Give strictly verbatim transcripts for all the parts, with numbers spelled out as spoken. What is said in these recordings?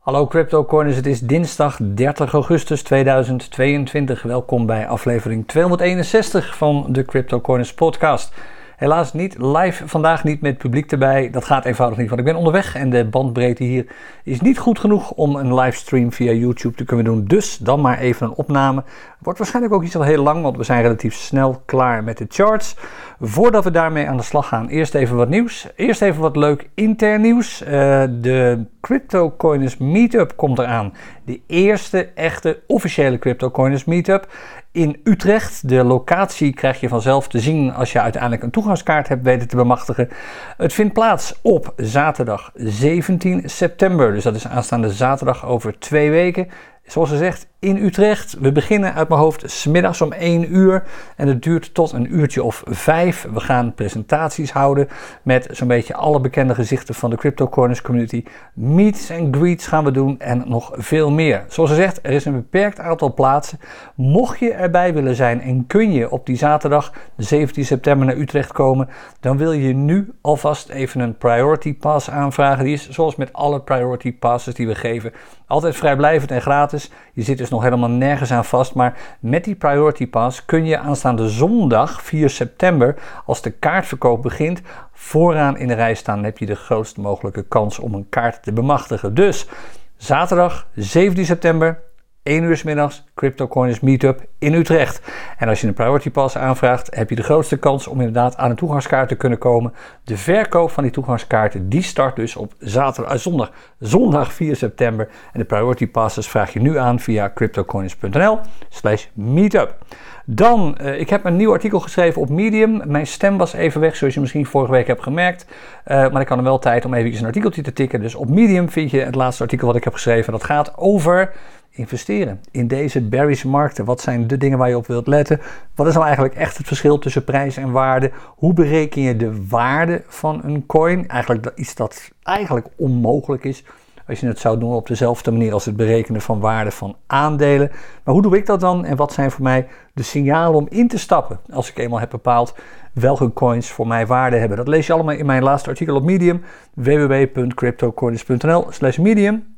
Hallo CryptoCoiners, het is dinsdag dertig augustus tweeduizend tweeëntwintig. Welkom bij aflevering tweehonderdeenenzestig van de CryptoCoiners podcast. Helaas niet live, vandaag niet met publiek erbij. Dat gaat eenvoudig niet, want ik ben onderweg en de bandbreedte hier is niet goed genoeg om een livestream via YouTube te kunnen doen. Dus dan maar even een opname. Wordt waarschijnlijk ook niet zo heel lang, want we zijn relatief snel klaar met de charts. Voordat we daarmee aan de slag gaan, eerst even wat nieuws. Eerst even wat leuk intern nieuws. Uh, de CryptoCoiners Meetup komt eraan. De eerste echte officiële CryptoCoiners Meetup in Utrecht. De locatie krijg je vanzelf te zien als je uiteindelijk een toegangskaart hebt weten te bemachtigen. Het vindt plaats op zaterdag zeventien september. Dus dat is aanstaande zaterdag over twee weken. Zoals gezegd, in Utrecht. We beginnen uit mijn hoofd 's middags om één uur en het duurt tot een uurtje of vijf. We gaan presentaties houden met zo'n beetje alle bekende gezichten van de CryptoCoiners community. Meets en greets gaan we doen en nog veel meer. Zoals gezegd, er is een beperkt aantal plaatsen. Mocht je erbij willen zijn en kun je op die zaterdag zeventien september naar Utrecht komen, dan wil je nu alvast even een priority pass aanvragen. Die is zoals met alle priority passes die we geven altijd vrijblijvend en gratis. Je zit dus nog helemaal nergens aan vast, maar met die priority pass kun je aanstaande zondag vier september, als de kaartverkoop begint, vooraan in de rij staan. Dan heb je de grootst mogelijke kans om een kaart te bemachtigen. Dus zaterdag zeventien september, één uur 's middags, CryptoCoiners Meetup in Utrecht. En als je een priority pass aanvraagt, heb je de grootste kans om inderdaad aan een toegangskaart te kunnen komen. De verkoop van die toegangskaarten, die start dus op zaterdag, uh, zondag, zondag vier september. En de priority passes vraag je nu aan via cryptocoiners.nl slash meetup. Dan, uh, ik heb een nieuw artikel geschreven op Medium. Mijn stem was even weg, zoals je misschien vorige week hebt gemerkt. Uh, maar ik had hem wel tijd om even een artikeltje te tikken. Dus op Medium vind je het laatste artikel wat ik heb geschreven. Dat gaat over investeren in deze bearish markten. Wat zijn de dingen waar je op wilt letten? Wat is nou eigenlijk echt het verschil tussen prijs en waarde? Hoe bereken je de waarde van een coin? Eigenlijk iets dat eigenlijk onmogelijk is als je het zou doen op dezelfde manier als het berekenen van waarde van aandelen. Maar hoe doe ik dat dan? En wat zijn voor mij de signalen om in te stappen als ik eenmaal heb bepaald welke coins voor mij waarde hebben? Dat lees je allemaal in mijn laatste artikel op Medium. w w w punt cryptocoiners.nl slash medium.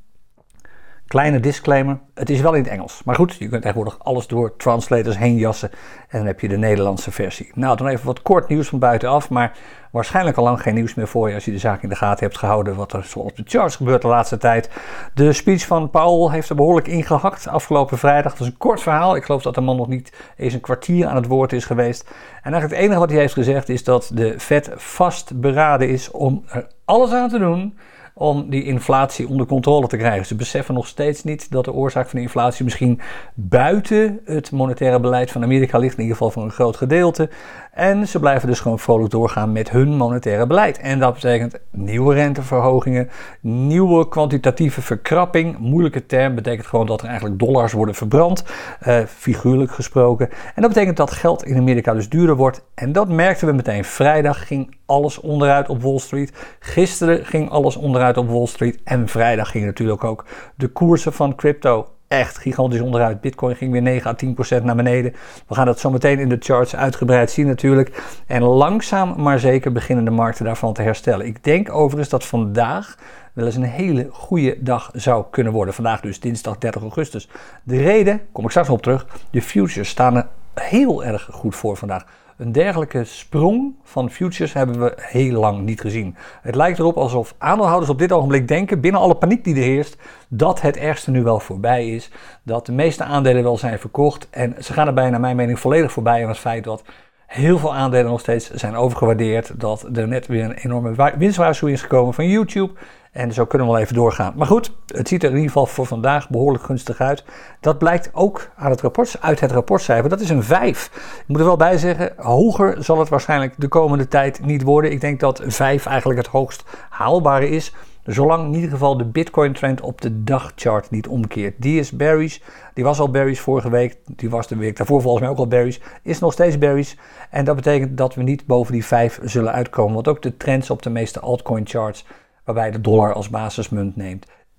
Kleine disclaimer, het is wel in het Engels. Maar goed, je kunt tegenwoordig alles door translators heen jassen en dan heb je de Nederlandse versie. Nou, dan even wat kort nieuws van buitenaf, maar waarschijnlijk al lang geen nieuws meer voor je als je de zaak in de gaten hebt gehouden wat er zo op de charts gebeurt de laatste tijd. De speech van Powell heeft er behoorlijk ingehakt afgelopen vrijdag. Dat is een kort verhaal. Ik geloof dat de man nog niet eens een kwartier aan het woord is geweest. En eigenlijk het enige wat hij heeft gezegd is dat de Fed vastberaden is om er alles aan te doen om die inflatie onder controle te krijgen. Ze beseffen nog steeds niet dat de oorzaak van de inflatie misschien buiten het monetaire beleid van Amerika ligt, in ieder geval voor een groot gedeelte. En ze blijven dus gewoon vrolijk doorgaan met hun monetaire beleid. En dat betekent nieuwe renteverhogingen, nieuwe kwantitatieve verkrapping. Moeilijke term, betekent gewoon dat er eigenlijk dollars worden verbrand, uh, figuurlijk gesproken. En dat betekent dat geld in Amerika dus duurder wordt. En dat merkten we meteen. Vrijdag ging alles onderuit op Wall Street. Gisteren ging alles onderuit op Wall Street. En vrijdag gingen natuurlijk ook de koersen van crypto echt gigantisch onderuit. Bitcoin ging weer negen à tien procent naar beneden. We gaan dat zo meteen in de charts uitgebreid zien natuurlijk. En langzaam maar zeker beginnen de markten daarvan te herstellen. Ik denk overigens dat vandaag wel eens een hele goede dag zou kunnen worden. Vandaag dus dinsdag dertig augustus. De reden, kom ik straks op terug, de futures staan er heel erg goed voor vandaag. Een dergelijke sprong van futures hebben we heel lang niet gezien. Het lijkt erop alsof aandeelhouders op dit ogenblik denken, binnen alle paniek die er heerst, dat het ergste nu wel voorbij is. Dat de meeste aandelen wel zijn verkocht. En ze gaan erbij naar mijn mening volledig voorbij aan het feit dat heel veel aandelen nog steeds zijn overgewaardeerd. Dat er net weer een enorme winstwaarschuwing is gekomen van YouTube. En zo kunnen we wel even doorgaan. Maar goed, het ziet er in ieder geval voor vandaag behoorlijk gunstig uit. Dat blijkt ook aan het rapport, uit het rapportcijfer. Dat is een vijf. Ik moet er wel bij zeggen, hoger zal het waarschijnlijk de komende tijd niet worden. Ik denk dat vijf eigenlijk het hoogst haalbare is. Zolang in ieder geval de Bitcoin trend op de dagchart niet omkeert. Die is bearish. Die was al bearish vorige week. Die was de week daarvoor volgens mij ook al bearish. Is nog steeds bearish. En dat betekent dat we niet boven die vijf zullen uitkomen. Want ook de trends op de meeste altcoin charts, waarbij de dollar als basismunt neemt,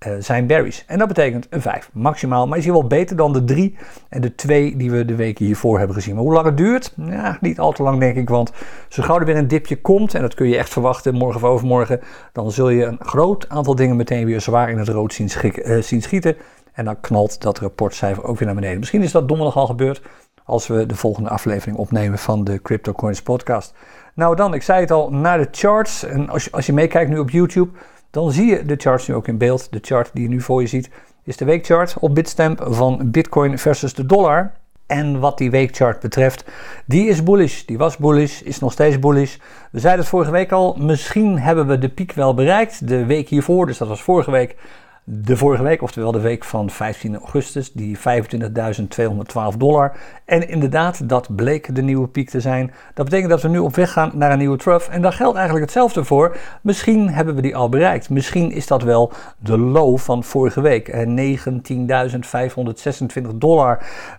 uh, zijn berries. En dat betekent een vijf maximaal, maar is hier wel beter dan de drie en de twee die we de weken hiervoor hebben gezien. Maar hoe lang het duurt? Ja, niet al te lang denk ik, want zo gauw er weer een dipje komt, en dat kun je echt verwachten morgen of overmorgen, dan zul je een groot aantal dingen meteen weer zwaar in het rood zien, schik, uh, zien schieten. En dan knalt dat rapportcijfer ook weer naar beneden. Misschien is dat donderdag al gebeurd als we de volgende aflevering opnemen van de Crypto Coins podcast. Nou dan, ik zei het al, naar de charts. En als je, als je meekijkt nu op YouTube, dan zie je de charts nu ook in beeld. De chart die je nu voor je ziet is de weekchart op Bitstamp van Bitcoin versus de dollar. En wat die weekchart betreft, die is bullish. Die was bullish, is nog steeds bullish. We zeiden het vorige week al, misschien hebben we de piek wel bereikt. De week hiervoor, dus dat was vorige week. De vorige week, oftewel de week van vijftien augustus, die vijfentwintigduizend tweehonderdtwaalf dollar. En inderdaad, dat bleek de nieuwe piek te zijn. Dat betekent dat we nu op weg gaan naar een nieuwe trough. En daar geldt eigenlijk hetzelfde voor. Misschien hebben we die al bereikt. Misschien is dat wel de low van vorige week. negentienduizend vijfhonderdzesentwintig dollar.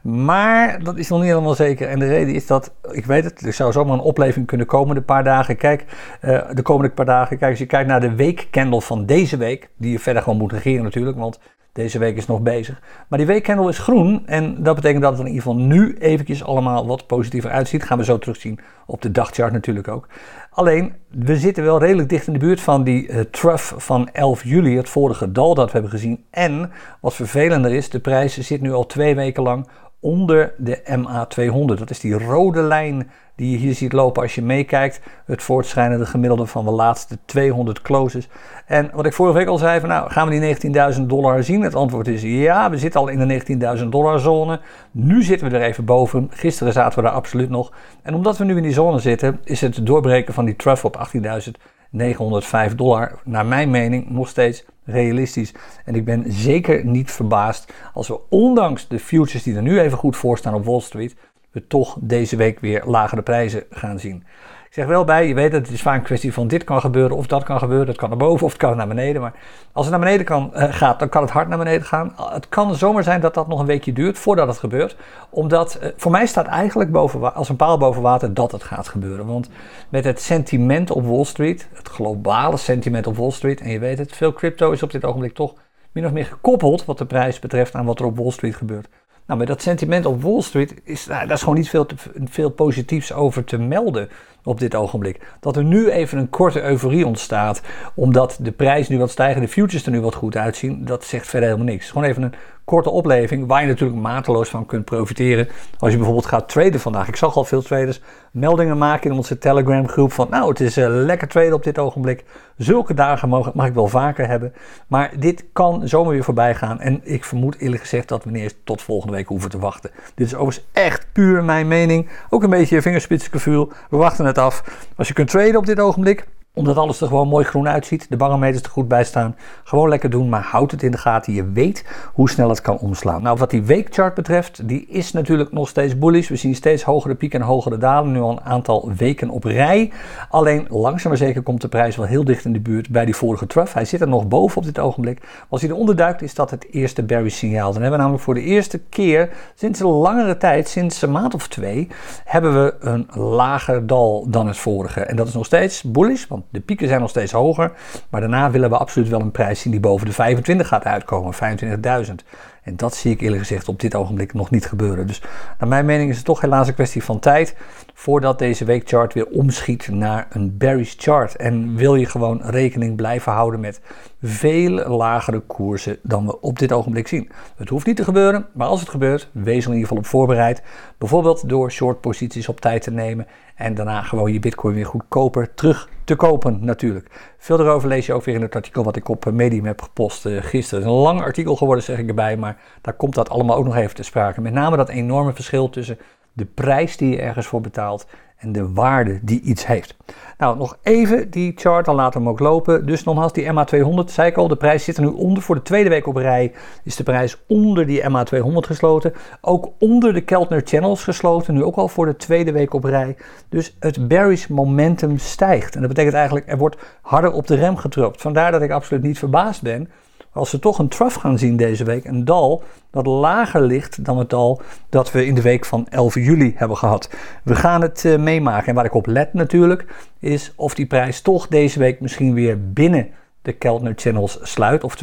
Maar dat is nog niet helemaal zeker. En de reden is dat, ik weet het, er zou zomaar een opleving kunnen komen de paar dagen. Kijk, uh, de komende paar dagen. Kijk, als je kijkt naar de weekcandle van deze week, die je verder gewoon moet regeren natuurlijk, want deze week is nog bezig. Maar die weekcandle is groen en dat betekent dat het in ieder geval nu eventjes allemaal wat positiever uitziet. Gaan we zo terugzien op de dagchart natuurlijk ook. Alleen, we zitten wel redelijk dicht in de buurt van die uh, trough van elf juli, het vorige dal dat we hebben gezien. En, wat vervelender is, de prijs zit nu al twee weken lang onder de M A tweehonderd. Dat is die rode lijn die je hier ziet lopen als je meekijkt. Het voortschrijdende gemiddelde van de laatste tweehonderd closes. En wat ik vorige week al zei, van nou, gaan we die negentienduizend dollar zien? Het antwoord is ja, we zitten al in de negentienduizend dollar zone. Nu zitten we er even boven. Gisteren zaten we daar absoluut nog. En omdat we nu in die zone zitten, is het doorbreken van die trough op achttienduizend negenhonderdvijf dollar, naar mijn mening, nog steeds realistisch. En ik ben zeker niet verbaasd als we ondanks de futures die er nu even goed voor staan op Wall Street, we toch deze week weer lagere prijzen gaan zien. Ik zeg wel bij, je weet het, het is vaak een kwestie van dit kan gebeuren of dat kan gebeuren. Het kan naar boven of het kan naar beneden. Maar als het naar beneden kan, uh, gaat, dan kan het hard naar beneden gaan. Het kan zomaar zijn dat dat nog een weekje duurt voordat het gebeurt. Omdat, uh, voor mij staat eigenlijk boven, als een paal boven water dat het gaat gebeuren. Want met het sentiment op Wall Street, het globale sentiment op Wall Street, en je weet het, veel crypto is op dit ogenblik toch min of meer gekoppeld wat de prijs betreft aan wat er op Wall Street gebeurt. Nou, met dat sentiment op Wall Street is nou, daar is gewoon niet veel, te, veel positiefs over te melden op dit ogenblik. Dat er nu even een korte euforie ontstaat, omdat de prijs nu wat stijgt, de futures er nu wat goed uitzien, dat zegt verder helemaal niks. Gewoon even een korte opleving waar je natuurlijk mateloos van kunt profiteren. Als je bijvoorbeeld gaat traden vandaag. Ik zag al veel traders meldingen maken in onze Telegram groep van nou, het is uh, lekker traden op dit ogenblik. Zulke dagen mag, mag ik wel vaker hebben. Maar dit kan zomaar weer voorbij gaan. En ik vermoed eerlijk gezegd dat we niet eens tot volgende week hoeven te wachten. Dit is overigens echt puur mijn mening. Ook een beetje vingerspitsengevoel. We wachten het af. Als je kunt traden op dit ogenblik, omdat alles er gewoon mooi groen uitziet, de barometers er goed bij staan, gewoon lekker doen, maar houd het in de gaten. Je weet hoe snel het kan omslaan. Nou, wat die weekchart betreft, die is natuurlijk nog steeds bullish. We zien steeds hogere pieken en hogere dalen, nu al een aantal weken op rij. Alleen, langzaam maar zeker komt de prijs wel heel dicht in de buurt bij die vorige trough. Hij zit er nog boven op dit ogenblik. Als hij eronder duikt, is dat het eerste bearish signaal. Dan hebben we namelijk voor de eerste keer sinds een langere tijd, sinds een maand of twee, hebben we een lager dal dan het vorige. En dat is nog steeds bullish, want de pieken zijn nog steeds hoger, maar daarna willen we absoluut wel een prijs zien die boven de vijfentwintig gaat uitkomen, vijfentwintigduizend. En dat zie ik eerlijk gezegd op dit ogenblik nog niet gebeuren. Dus naar mijn mening is het toch helaas een kwestie van tijd voordat deze weekchart weer omschiet naar een bearish chart. En wil je gewoon rekening blijven houden met veel lagere koersen dan we op dit ogenblik zien. Het hoeft niet te gebeuren, maar als het gebeurt, wees er in ieder geval op voorbereid. Bijvoorbeeld door short posities op tijd te nemen en daarna gewoon je bitcoin weer goedkoper terug te kopen natuurlijk. Veel erover lees je ook weer in het artikel wat ik op Medium heb gepost uh, gisteren. Het is een lang artikel geworden, zeg ik erbij, maar daar komt dat allemaal ook nog even te sprake. Met name dat enorme verschil tussen de prijs die je ergens voor betaalt en de waarde die iets heeft. Nou, nog even die chart, dan laten we hem ook lopen. Dus nogmaals, die M A tweehonderd, zei ik al, de prijs zit er nu onder. Voor de tweede week op rij is de prijs onder die M A tweehonderd gesloten. Ook onder de Keltner Channels gesloten, nu ook al voor de tweede week op rij. Dus het bearish momentum stijgt. En dat betekent eigenlijk, er wordt harder op de rem getrapt. Vandaar dat ik absoluut niet verbaasd ben als we toch een trough gaan zien deze week, een dal dat lager ligt dan het dal dat we in de week van elf juli hebben gehad. We gaan het uh, meemaken. En waar ik op let natuurlijk, is of die prijs toch deze week misschien weer binnen de Keltner Channels sluit. Oftewel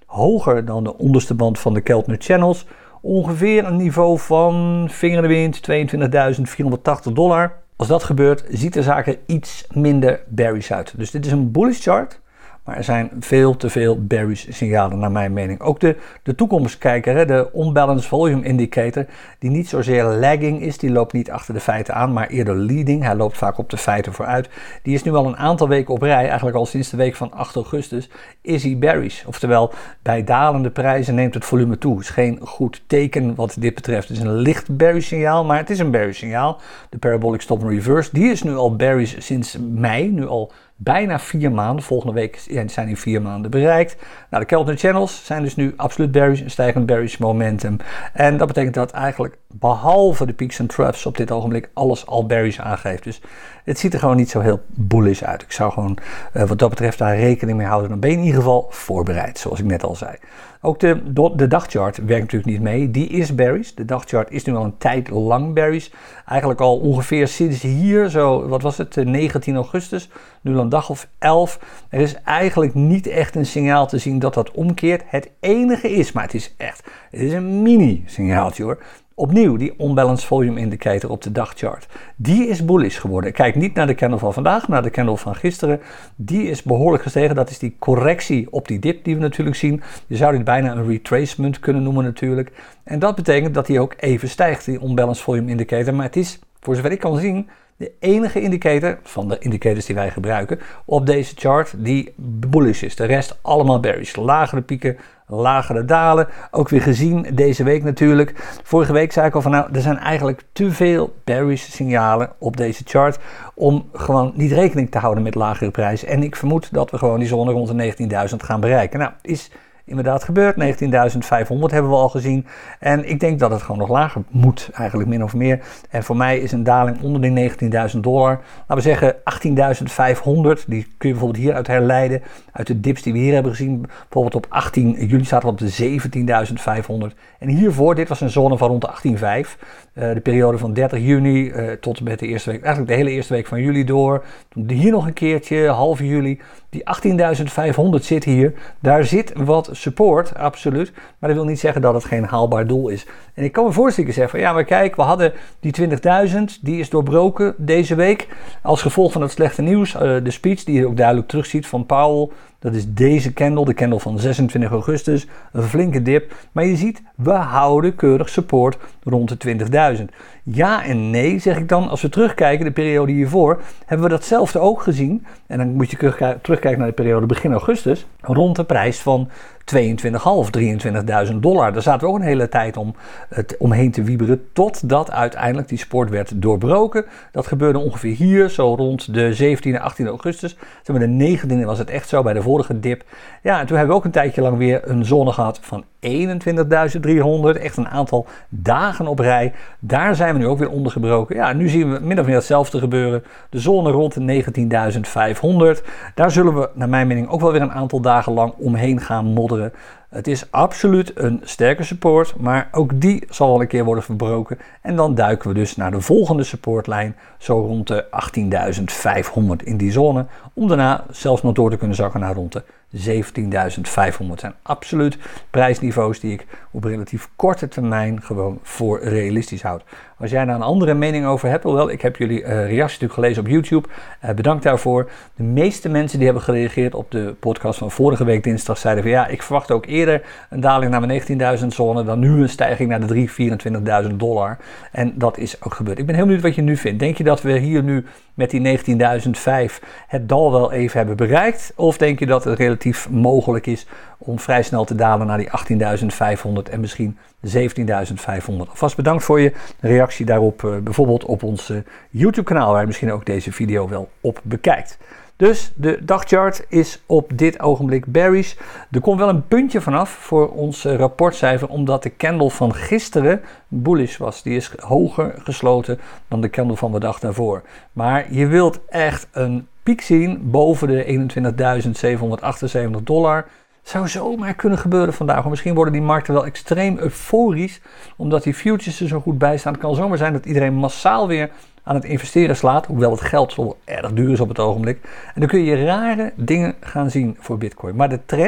hoger dan de onderste band van de Keltner Channels. Ongeveer een niveau van vinger in de wind, tweeëntwintigduizend vierhonderdtachtig dollar. Als dat gebeurt, ziet de zaak er iets minder bearish uit. Dus dit is een bullish chart. Maar er zijn veel te veel bearish signalen naar mijn mening. Ook de, de toekomstkijker, hè, de Unbalanced Volume Indicator, die niet zozeer lagging is, die loopt niet achter de feiten aan, maar eerder leading. Hij loopt vaak op de feiten vooruit. Die is nu al een aantal weken op rij, eigenlijk al sinds de week van acht augustus, is hij bearish. Oftewel, bij dalende prijzen neemt het volume toe. Het is geen goed teken wat dit betreft. Het is een licht bearish signaal, maar het is een bearish signaal. De Parabolic Stop and Reverse, die is nu al bearish sinds mei, nu al bijna vier maanden. Volgende week zijn die vier maanden bereikt. Nou, de Keltner Channels zijn dus nu absoluut bearish, een stijgend bearish momentum. En dat betekent dat eigenlijk behalve de peaks en troughs op dit ogenblik alles al bearish aangeeft. Dus het ziet er gewoon niet zo heel bullish uit. Ik zou gewoon uh, wat dat betreft daar rekening mee houden. Dan ben je in ieder geval voorbereid, zoals ik net al zei. Ook de, de dagchart werkt natuurlijk niet mee. Die is bearish. De dagchart is nu al een tijd lang bearish. Eigenlijk al ongeveer sinds hier, zo, wat was het, negentien augustus. Nu al een dag of elf. Er is eigenlijk niet echt een signaal te zien dat dat omkeert. Het enige is, maar het is echt, het is een mini signaaltje hoor. Opnieuw die Unbalanced Volume Indicator op de dagchart. Die is bullish geworden. Kijk niet naar de candle van vandaag, naar de candle van gisteren. Die is behoorlijk gestegen. Dat is die correctie op die dip die we natuurlijk zien. Je zou dit bijna een retracement kunnen noemen natuurlijk. En dat betekent dat die ook even stijgt, die Unbalanced Volume Indicator. Maar het is, voor zover ik kan zien, de enige indicator van de indicators die wij gebruiken op deze chart die bullish is. De rest allemaal bearish. Lagere pieken, lagere dalen. Ook weer gezien deze week natuurlijk. Vorige week zei ik al van nou, er zijn eigenlijk te veel bearish signalen op deze chart om gewoon niet rekening te houden met lagere prijzen. En ik vermoed dat we gewoon die zone rond de negentienduizend gaan bereiken. Nou, is inderdaad gebeurd. negentienduizend vijfhonderd hebben we al gezien. En ik denk dat het gewoon nog lager moet, eigenlijk min of meer. En voor mij is een daling onder die negentienduizend dollar, laten we zeggen achttienduizend vijfhonderd. Die kun je bijvoorbeeld hieruit herleiden, uit de dips die we hier hebben gezien. Bijvoorbeeld op achttien juli zaten we op de zeventienduizend vijfhonderd. En hiervoor, dit was een zone van rond de achttien komma vijf. Uh, de periode van dertig juni uh, tot en met de eerste week, eigenlijk de hele eerste week van juli door. Toen hier nog een keertje, half juli. Die achttienduizend vijfhonderd zit hier. Daar zit wat support, absoluut. Maar dat wil niet zeggen dat het geen haalbaar doel is. En ik kan me voorstellen zeggen van ja, maar kijk, we hadden die twintigduizend, die is doorbroken deze week. Als gevolg van het slechte nieuws, uh, de speech die je ook duidelijk terugziet van Powell. Dat is deze candle, de candle van zesentwintig augustus. Een flinke dip. Maar je ziet, we houden keurig support rond de twintigduizend. Ja en nee, zeg ik dan. Als we terugkijken, de periode hiervoor, hebben we datzelfde ook gezien. En dan moet je terugkijken naar de periode begin augustus. Rond de prijs van tweeëntwintig komma vijf, drieëntwintigduizend dollar. Daar zaten we ook een hele tijd om het omheen te wieberen, totdat uiteindelijk die support werd doorbroken. Dat gebeurde ongeveer hier, zo rond de zeventiende, achttiende augustus. Toen bij de negentiende was het echt zo, bij de vorige dip. Ja, en toen hebben we ook een tijdje lang weer een zone gehad van eenentwintigduizend driehonderd. Echt een aantal dagen op rij. Daar zijn we nu ook weer ondergebroken. Ja, nu zien we min of meer hetzelfde gebeuren. De zone rond de negentienduizend vijfhonderd. Daar zullen we, naar mijn mening, ook wel weer een aantal dagen lang omheen gaan modderen. Het is absoluut een sterke support, maar ook die zal wel een keer worden verbroken. En dan duiken we dus naar de volgende supportlijn, zo rond de achttienduizend vijfhonderd in die zone. Om daarna zelfs nog door te kunnen zakken naar rond de zeventienduizend vijfhonderd. Zijn absoluut prijsniveaus die ik op relatief korte termijn gewoon voor realistisch houd. Als jij daar een andere mening over hebt, wel, ik heb jullie uh, reacties natuurlijk gelezen op YouTube. Uh, bedankt daarvoor. De meeste mensen die hebben gereageerd op de podcast van vorige week dinsdag zeiden van ja, ik verwacht ook eerder een daling naar mijn negentienduizend zone dan nu een stijging naar de drieëntwintigduizend, vierentwintigduizend dollar. En dat is ook gebeurd. Ik ben heel benieuwd wat je nu vindt. Denk je dat we hier nu met die negentienduizend vijf het dal wel even hebben bereikt? Of denk je dat het relatief mogelijk is om vrij snel te dalen naar die achttienduizend vijfhonderd en misschien zeventienduizend vijfhonderd? Alvast bedankt voor je reactie daarop, uh, bijvoorbeeld op ons uh, YouTube kanaal, waar je misschien ook deze video wel op bekijkt. Dus de dagchart is op dit ogenblik bearish. Er komt wel een puntje vanaf voor ons uh, rapportcijfer, omdat de candle van gisteren bullish was. Die is hoger gesloten dan de candle van de dag daarvoor. Maar je wilt echt een piek zien boven de eenentwintigduizend zevenhonderdachtenzeventig dollar. Zou zomaar kunnen gebeuren vandaag. Of misschien worden die markten wel extreem euforisch, omdat die futures er zo goed bij staan. Het kan zomaar zijn dat iedereen massaal weer aan het investeren slaat, hoewel het geld zo erg duur is op het ogenblik. En dan kun je rare dingen gaan zien voor Bitcoin. Maar de trend,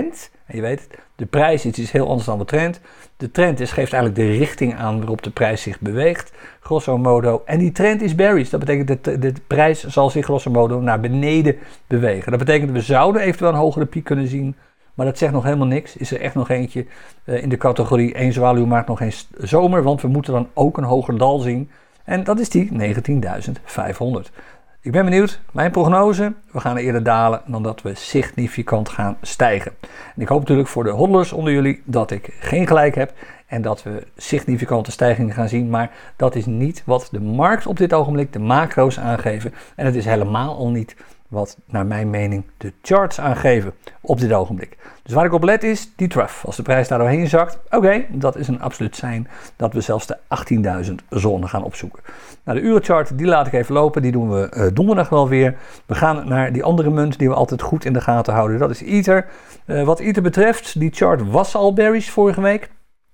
En je weet het, de prijs is iets heel anders dan de trend. De trend is, geeft eigenlijk de richting aan waarop de prijs zich beweegt, grosso modo. En die trend is bearish. Dat betekent dat de, de prijs zal zich grosso modo naar beneden bewegen. Dat betekent dat we zouden eventueel een hogere piek kunnen zien. Maar dat zegt nog helemaal niks. Is er echt nog eentje uh, in de categorie één zwaluw maakt nog geen zomer. Want we moeten dan ook een hoger dal zien. En dat is die negentienduizend vijfhonderd. Ik ben benieuwd. Mijn prognose, we gaan eerder dalen dan dat we significant gaan stijgen. En ik hoop natuurlijk voor de hodlers onder jullie dat ik geen gelijk heb. En dat we significante stijgingen gaan zien. Maar dat is niet wat de markt op dit ogenblik, de macro's aangeven. En het is helemaal al niet wat naar mijn mening de charts aangeven op dit ogenblik. Dus waar ik op let is die trough. Als de prijs daar doorheen zakt, oké, okay, dat is een absoluut sein dat we zelfs de achttienduizend zone gaan opzoeken. Nou, de urenchart, die laat ik even lopen. Die doen we uh, donderdag wel weer. We gaan naar die andere munt die we altijd goed in de gaten houden. Dat is Ether. Uh, wat Ether betreft, die chart was al bearish vorige week.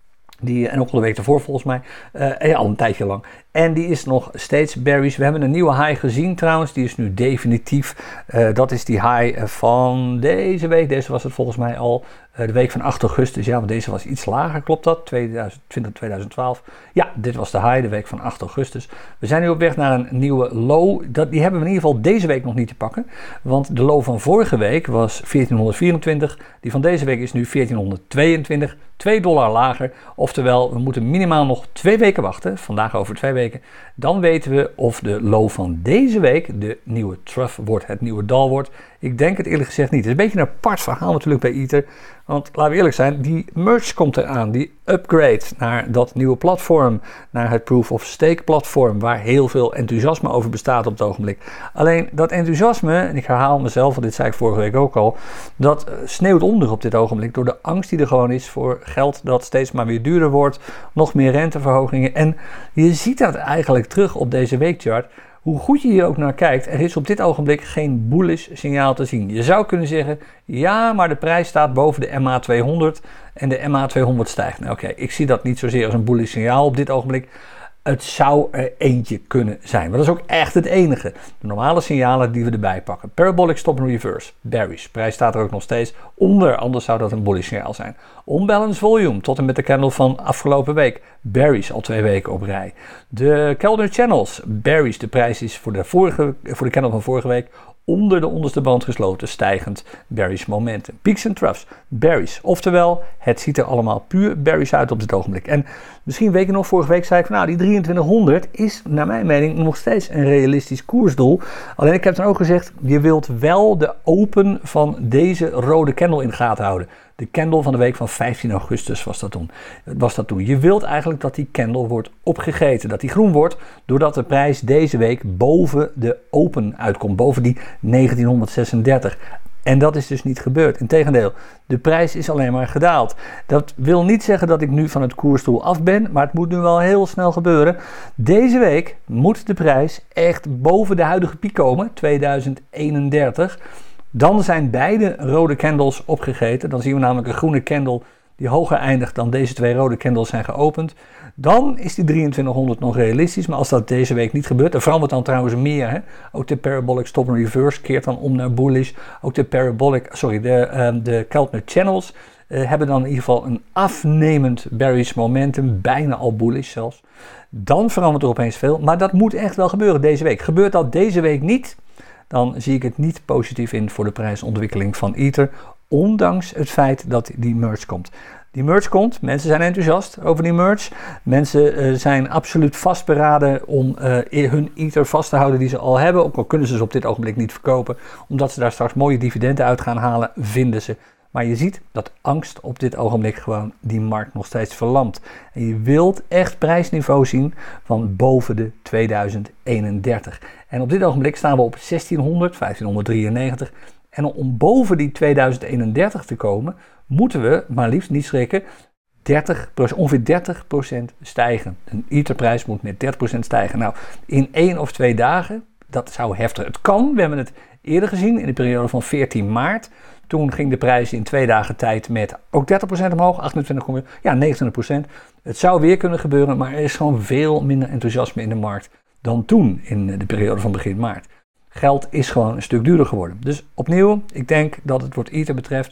Die, en ook al de week ervoor volgens mij, uh, ja, al een tijdje lang. En die is nog steeds bearish. We hebben een nieuwe high gezien trouwens, die is nu definitief. Uh, dat is die high van deze week. Deze was het volgens mij al uh, de week van acht augustus. Ja, want deze was iets lager, klopt dat? tweeduizend twintig, tweeduizend twaalf. Ja, dit was de high, de week van acht augustus. We zijn nu op weg naar een nieuwe low. Dat, die hebben we in ieder geval deze week nog niet te pakken. Want de low van vorige week was veertienhonderdvierentwintig. Die van deze week is nu veertienhonderdtweeëntwintig. twee dollar lager. Oftewel, we moeten minimaal nog twee weken wachten. Vandaag over twee weken. Dan weten we of de low van deze week de nieuwe trough wordt, het nieuwe dal wordt. Ik denk het eerlijk gezegd niet. Het is een beetje een apart verhaal natuurlijk bij Ether. Want laten we eerlijk zijn, die merge komt eraan. Die upgrade naar dat nieuwe platform. Naar het Proof of Stake platform. Waar heel veel enthousiasme over bestaat op het ogenblik. Alleen dat enthousiasme, en ik herhaal mezelf, want dit zei ik vorige week ook al. Dat sneeuwt onder op dit ogenblik door de angst die er gewoon is voor geld dat steeds maar weer duurder wordt. Nog meer renteverhogingen. En je ziet dat eigenlijk terug op deze weekchart. Hoe goed je hier ook naar kijkt, er is op dit ogenblik geen bullish signaal te zien. Je zou kunnen zeggen, ja, maar de prijs staat boven de M A tweehonderd en de M A tweehonderd stijgt. Nou, oké, okay, ik zie dat niet zozeer als een bullish signaal op dit ogenblik. Het zou er eentje kunnen zijn. Maar dat is ook echt het enige. De normale signalen die we erbij pakken. Parabolic stop and reverse. Bearish. Prijs staat er ook nog steeds onder. Anders zou dat een bullish signaal zijn. Unbalanced volume. Tot en met de candle van afgelopen week. Bearish. Al twee weken op rij. De Kelder channels. Bearish. De prijs is voor de, vorige, voor de candle van vorige week onder de onderste band gesloten, stijgend bearish momentum. Peaks en troughs, bearish. Oftewel, het ziet er allemaal puur bearish uit op dit ogenblik. En misschien weet je nog, vorige week zei ik van nou, die drieëntwintighonderd is naar mijn mening nog steeds een realistisch koersdoel. Alleen ik heb dan ook gezegd, je wilt wel de open van deze rode candle in de gaten houden. De candle van de week van vijftien augustus was dat toen. Was dat toen. Je wilt eigenlijk dat die candle wordt opgegeten. Dat die groen wordt, doordat de prijs deze week boven de open uitkomt. Boven die negentienhonderdzesendertig. En dat is dus niet gebeurd. Integendeel, de prijs is alleen maar gedaald. Dat wil niet zeggen dat ik nu van het koersdoel af ben, maar het moet nu wel heel snel gebeuren. Deze week moet de prijs echt boven de huidige piek komen, tweeduizend eenendertig. Dan zijn beide rode candles opgegeten. Dan zien we namelijk een groene candle die hoger eindigt dan deze twee rode candles zijn geopend. Dan is die drieëntwintighonderd nog realistisch. Maar als dat deze week niet gebeurt, er verandert dan trouwens meer. Hè? Ook de parabolic stop and reverse keert dan om naar bullish. Ook de parabolic, sorry, de, uh, de Keltner channels uh, hebben dan in ieder geval een afnemend bearish momentum. Bijna al bullish zelfs. Dan verandert er opeens veel. Maar dat moet echt wel gebeuren deze week. Gebeurt dat deze week niet, dan zie ik het niet positief in voor de prijsontwikkeling van Ether. Ondanks het feit dat die merge komt. Die merge komt, mensen zijn enthousiast over die merge. Mensen uh, zijn absoluut vastberaden om uh, hun Ether vast te houden die ze al hebben. Ook al kunnen ze ze op dit ogenblik niet verkopen. Omdat ze daar straks mooie dividenden uit gaan halen, vinden ze. Maar je ziet dat angst op dit ogenblik gewoon die markt nog steeds verlamt. En je wilt echt prijsniveau zien van boven de tweeduizend eenendertig. En op dit ogenblik staan we op zestienhonderd, vijftienhonderddrieënnegentig. En om boven die tweeduizend eenendertig te komen, moeten we, maar liefst niet schrikken, dertig procent, ongeveer dertig procent stijgen. Een Etherprijs moet met dertig procent stijgen. Nou, in één of twee dagen, dat zou heftig. Het kan, we hebben het eerder gezien in de periode van veertien maart. Toen ging de prijs in twee dagen tijd met ook dertig procent omhoog, achtentwintig, ja, negenentwintig procent. Het zou weer kunnen gebeuren, maar er is gewoon veel minder enthousiasme in de markt dan toen in de periode van begin maart. Geld is gewoon een stuk duurder geworden. Dus opnieuw, ik denk dat het wat Ether betreft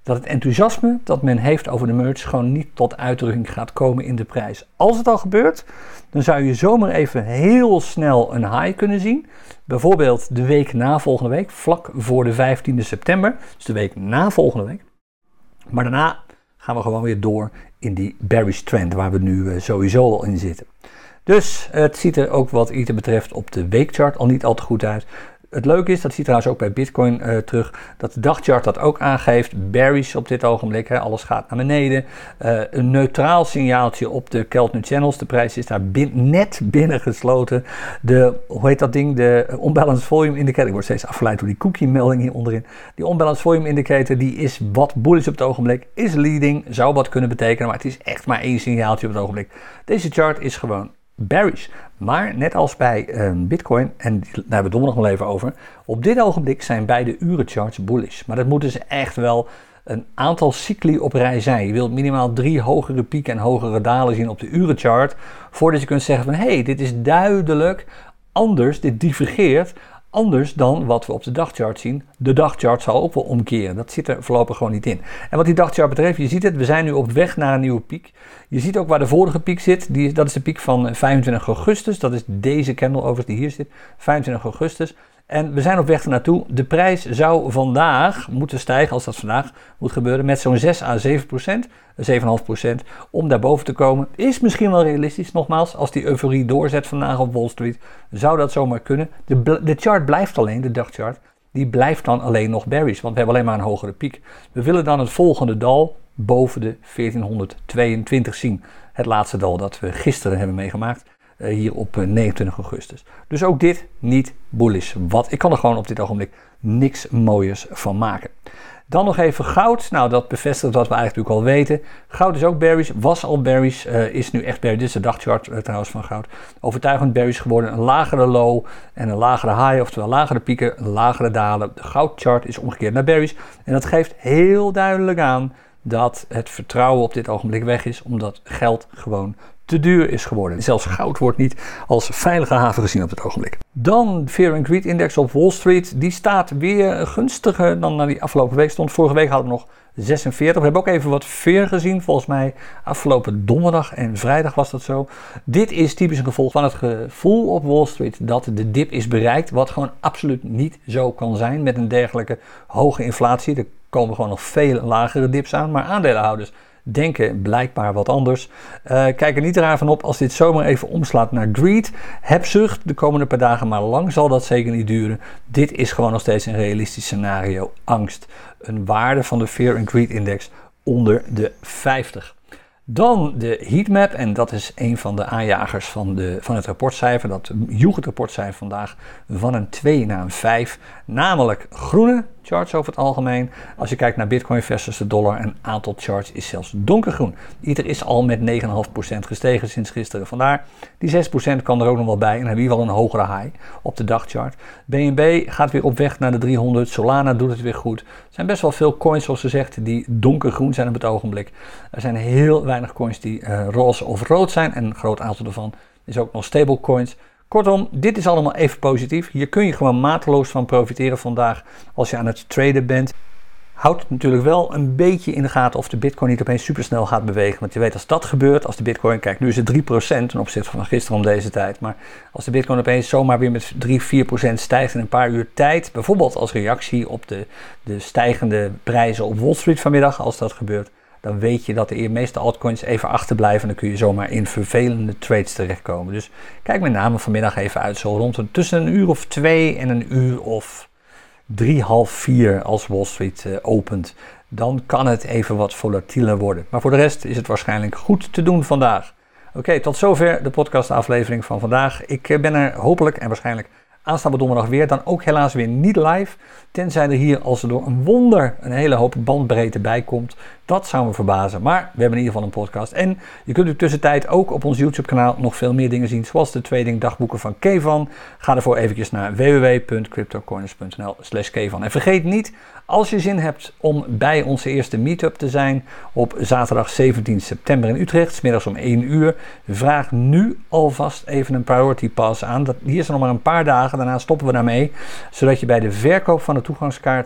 dat het enthousiasme dat men heeft over de merge gewoon niet tot uitdrukking gaat komen in de prijs. Als het al gebeurt, dan zou je zomaar even heel snel een high kunnen zien. Bijvoorbeeld de week na volgende week, vlak voor de vijftiende september. Dus de week na volgende week. Maar daarna gaan we gewoon weer door in die bearish trend waar we nu sowieso al in zitten. Dus het ziet er ook wat Ether betreft op de weekchart al niet al te goed uit. Het leuke is, dat zie je trouwens ook bij Bitcoin uh, terug, dat de dagchart dat ook aangeeft. Bearish op dit ogenblik, hè, alles gaat naar beneden. Uh, een neutraal signaaltje op de Keltner Channels. De prijs is daar bin, net binnen gesloten. De, hoe heet dat ding? De Unbalanced Volume Indicator. Ik word steeds afgeleid door die cookie melding hier onderin. Die Unbalanced Volume Indicator, die is wat bullish op het ogenblik. Is leading, zou wat kunnen betekenen, maar het is echt maar één signaaltje op het ogenblik. Deze chart is gewoon bearish. Maar net als bij um, Bitcoin, en daar hebben we het donderdag nog even over, op dit ogenblik zijn beide urencharts bullish. Maar dat moeten ze echt wel een aantal cycli op rij zijn. Je wilt minimaal drie hogere pieken en hogere dalen zien op de urenchart, voordat je kunt zeggen van, hé, hey, dit is duidelijk anders, dit divergeert anders dan wat we op de dagchart zien. De dagchart zal ook wel omkeren. Dat zit er voorlopig gewoon niet in. En wat die dagchart betreft, je ziet het, we zijn nu op weg naar een nieuwe piek. Je ziet ook waar de vorige piek zit. Die, dat is de piek van vijfentwintig augustus. Dat is deze candle overigens die hier zit. vijfentwintig augustus. En we zijn op weg ernaartoe. De prijs zou vandaag moeten stijgen, als dat vandaag moet gebeuren, met zo'n zes à zeven procent. zeven komma vijf procent om daarboven te komen. Is misschien wel realistisch, nogmaals. Als die euforie doorzet vandaag op Wall Street, zou dat zomaar kunnen. De, de chart blijft alleen, de dagchart, die blijft dan alleen nog bearish. Want we hebben alleen maar een hogere piek. We willen dan het volgende dal boven de veertienhonderdtweeëntwintig zien. Het laatste dal dat we gisteren hebben meegemaakt. Hier op negenentwintig augustus. Dus ook dit niet bullish. Wat, ik kan er gewoon op dit ogenblik niks mooiers van maken. Dan nog even goud. Nou, dat bevestigt wat we eigenlijk al weten. Goud is ook bearish, was al bearish, uh, is nu echt bearish. Dit is de dagchart uh, trouwens van goud. Overtuigend bearish geworden. Een lagere low en een lagere high, oftewel lagere pieken, lagere dalen. De goudchart is omgekeerd naar bearish. En dat geeft heel duidelijk aan dat het vertrouwen op dit ogenblik weg is, omdat geld gewoon te duur is geworden. Zelfs goud wordt niet als veilige haven gezien op het ogenblik. Dan de Fear and Greed Index op Wall Street. Die staat weer gunstiger dan naar die afgelopen week stond. Vorige week hadden we nog zesenveertig. We hebben ook even wat fear gezien. Volgens mij afgelopen donderdag en vrijdag was dat zo. Dit is typisch een gevolg van het gevoel op Wall Street dat de dip is bereikt. Wat gewoon absoluut niet zo kan zijn met een dergelijke hoge inflatie. Er komen gewoon nog veel lagere dips aan. Maar aandeelhouders denken blijkbaar wat anders. Uh, kijk er niet raar van op als dit zomaar even omslaat naar greed. Hebzucht de komende paar dagen, maar lang zal dat zeker niet duren. Dit is gewoon nog steeds een realistisch scenario. Angst. Een waarde van de Fear and Greed Index onder de vijftig. Dan de heatmap, en dat is een van de aanjagers van, de, van het rapportcijfer. Dat joeg het rapportcijfer vandaag van een twee naar een vijf. Namelijk groene charts over het algemeen. Als je kijkt naar Bitcoin versus de dollar, een aantal charts is zelfs donkergroen. Ether is al met negen komma vijf procent gestegen sinds gisteren. Vandaar, die zes procent kan er ook nog wel bij en hebben we wel een hogere high op de dagchart. B N B gaat weer op weg naar de driehonderd. Solana doet het weer goed. Er zijn best wel veel coins, zoals gezegd, die donkergroen zijn op het ogenblik. Er zijn heel weinig coins die uh, roze of rood zijn en een groot aantal daarvan is ook nog stablecoins. Kortom, dit is allemaal even positief. Hier kun je gewoon mateloos van profiteren vandaag als je aan het traden bent. Houd natuurlijk wel een beetje in de gaten of de Bitcoin niet opeens supersnel gaat bewegen. Want je weet, als dat gebeurt, als de Bitcoin, kijk, nu is het drie procent ten opzichte van gisteren om deze tijd. Maar als de Bitcoin opeens zomaar weer met drie, vier procent stijgt in een paar uur tijd, bijvoorbeeld als reactie op de, de stijgende prijzen op Wall Street vanmiddag, als dat gebeurt, dan weet je dat de meeste altcoins even achterblijven en dan kun je zomaar in vervelende trades terechtkomen. Dus kijk met name vanmiddag even uit, zo rond een, tussen een uur of twee en een uur of drie, half vier als Wall Street uh, opent. Dan kan het even wat volatieler worden. Maar voor de rest is het waarschijnlijk goed te doen vandaag. Oké, okay, tot zover de podcastaflevering van vandaag. Ik uh, ben er hopelijk en waarschijnlijk aanstaande donderdag weer, dan ook helaas weer niet live. Tenzij er hier als er door een wonder een hele hoop bandbreedte bij komt. Dat zou me verbazen. Maar we hebben in ieder geval een podcast. En je kunt in de tussentijd ook op ons YouTube kanaal nog veel meer dingen zien. Zoals de trading dagboeken van Kevan. Ga ervoor eventjes naar w w w punt cryptocorners punt n l slash Kevan. En vergeet niet, als je zin hebt om bij onze eerste meetup te zijn op zaterdag zeventien september in Utrecht, 's middags om één uur, vraag nu alvast even een priority pass aan. Dat, hier is er nog maar een paar dagen, daarna stoppen we daarmee. Zodat je bij de verkoop van de toegangskaarten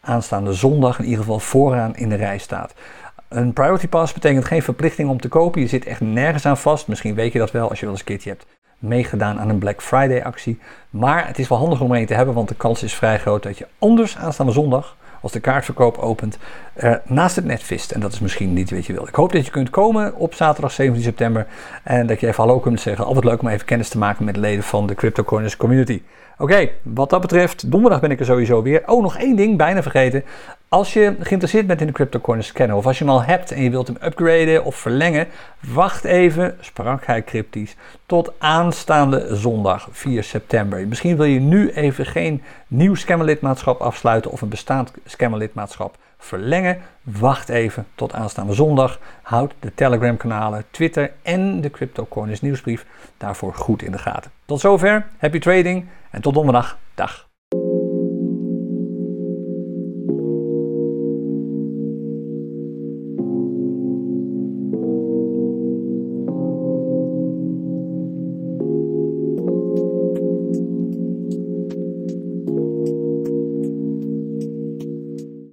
aanstaande zondag in ieder geval vooraan in de rij staat. Een Priority Pass betekent geen verplichting om te kopen. Je zit echt nergens aan vast. Misschien weet je dat wel als je wel eens een keertje hebt meegedaan aan een Black Friday actie. Maar het is wel handig om er een te hebben, want de kans is vrij groot dat je anders aanstaande zondag, als de kaartverkoop opent, er naast het net vist. En dat is misschien niet wat je wil. Ik hoop dat je kunt komen op zaterdag zeventien september en dat je even hallo kunt zeggen. Altijd leuk om even kennis te maken met leden van de CryptoCorners community. Oké, okay, wat dat betreft, donderdag ben ik er sowieso weer. Oh, nog één ding, bijna vergeten. Als je geïnteresseerd bent in de CryptoCorners scanner, of als je hem al hebt en je wilt hem upgraden of verlengen, wacht even, sprak hij cryptisch, tot aanstaande zondag vier september. Misschien wil je nu even geen nieuw scammerlidmaatschap afsluiten of een bestaand scammerlidmaatschap verlengen. Wacht even tot aanstaande zondag. Houd de Telegram kanalen, Twitter en de CryptoCorners nieuwsbrief daarvoor goed in de gaten. Tot zover, happy trading en tot donderdag. Dag.